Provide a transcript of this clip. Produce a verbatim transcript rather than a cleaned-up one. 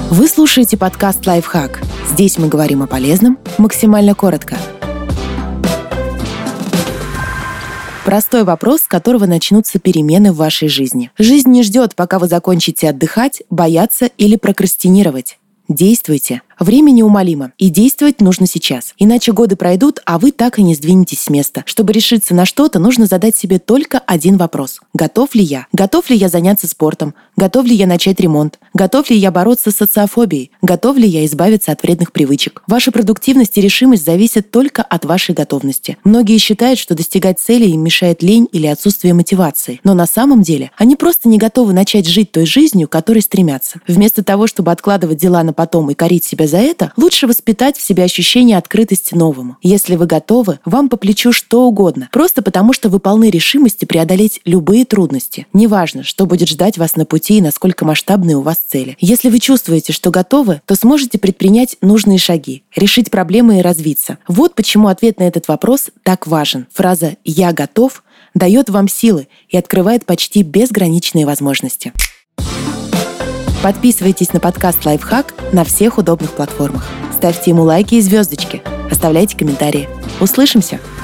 Вы слушаете подкаст «Лайфхак». Здесь мы говорим о полезном максимально коротко. Простой вопрос, с которого начнутся перемены в вашей жизни. Жизнь не ждет, пока вы закончите отдыхать, бояться или прокрастинировать. Действуйте. Время неумолимо, и действовать нужно сейчас. Иначе годы пройдут, а вы так и не сдвинетесь с места. Чтобы решиться на что-то, нужно задать себе только один вопрос. Готов ли я? Готов ли я заняться спортом? Готов ли я начать ремонт? Готов ли я бороться с социофобией? Готов ли я избавиться от вредных привычек? Ваша продуктивность и решимость зависят только от вашей готовности. Многие считают, что достигать целей им мешает лень или отсутствие мотивации. Но на самом деле они просто не готовы начать жить той жизнью, к которой стремятся. Вместо того, чтобы откладывать дела на потом и корить себя за это, лучше воспитать в себе ощущение открытости новому. Если вы готовы, вам по плечу что угодно, просто потому что вы полны решимости преодолеть любые трудности. Неважно, что будет ждать вас на пути и насколько масштабные у вас цели. Если вы чувствуете, что готовы, то сможете предпринять нужные шаги, решить проблемы и развиться. Вот почему ответ на этот вопрос так важен. Фраза «я готов» дает вам силы и открывает почти безграничные возможности. Подписывайтесь на подкаст «Лайфхак» на всех удобных платформах. Ставьте ему лайки и звездочки. Оставляйте комментарии. Услышимся!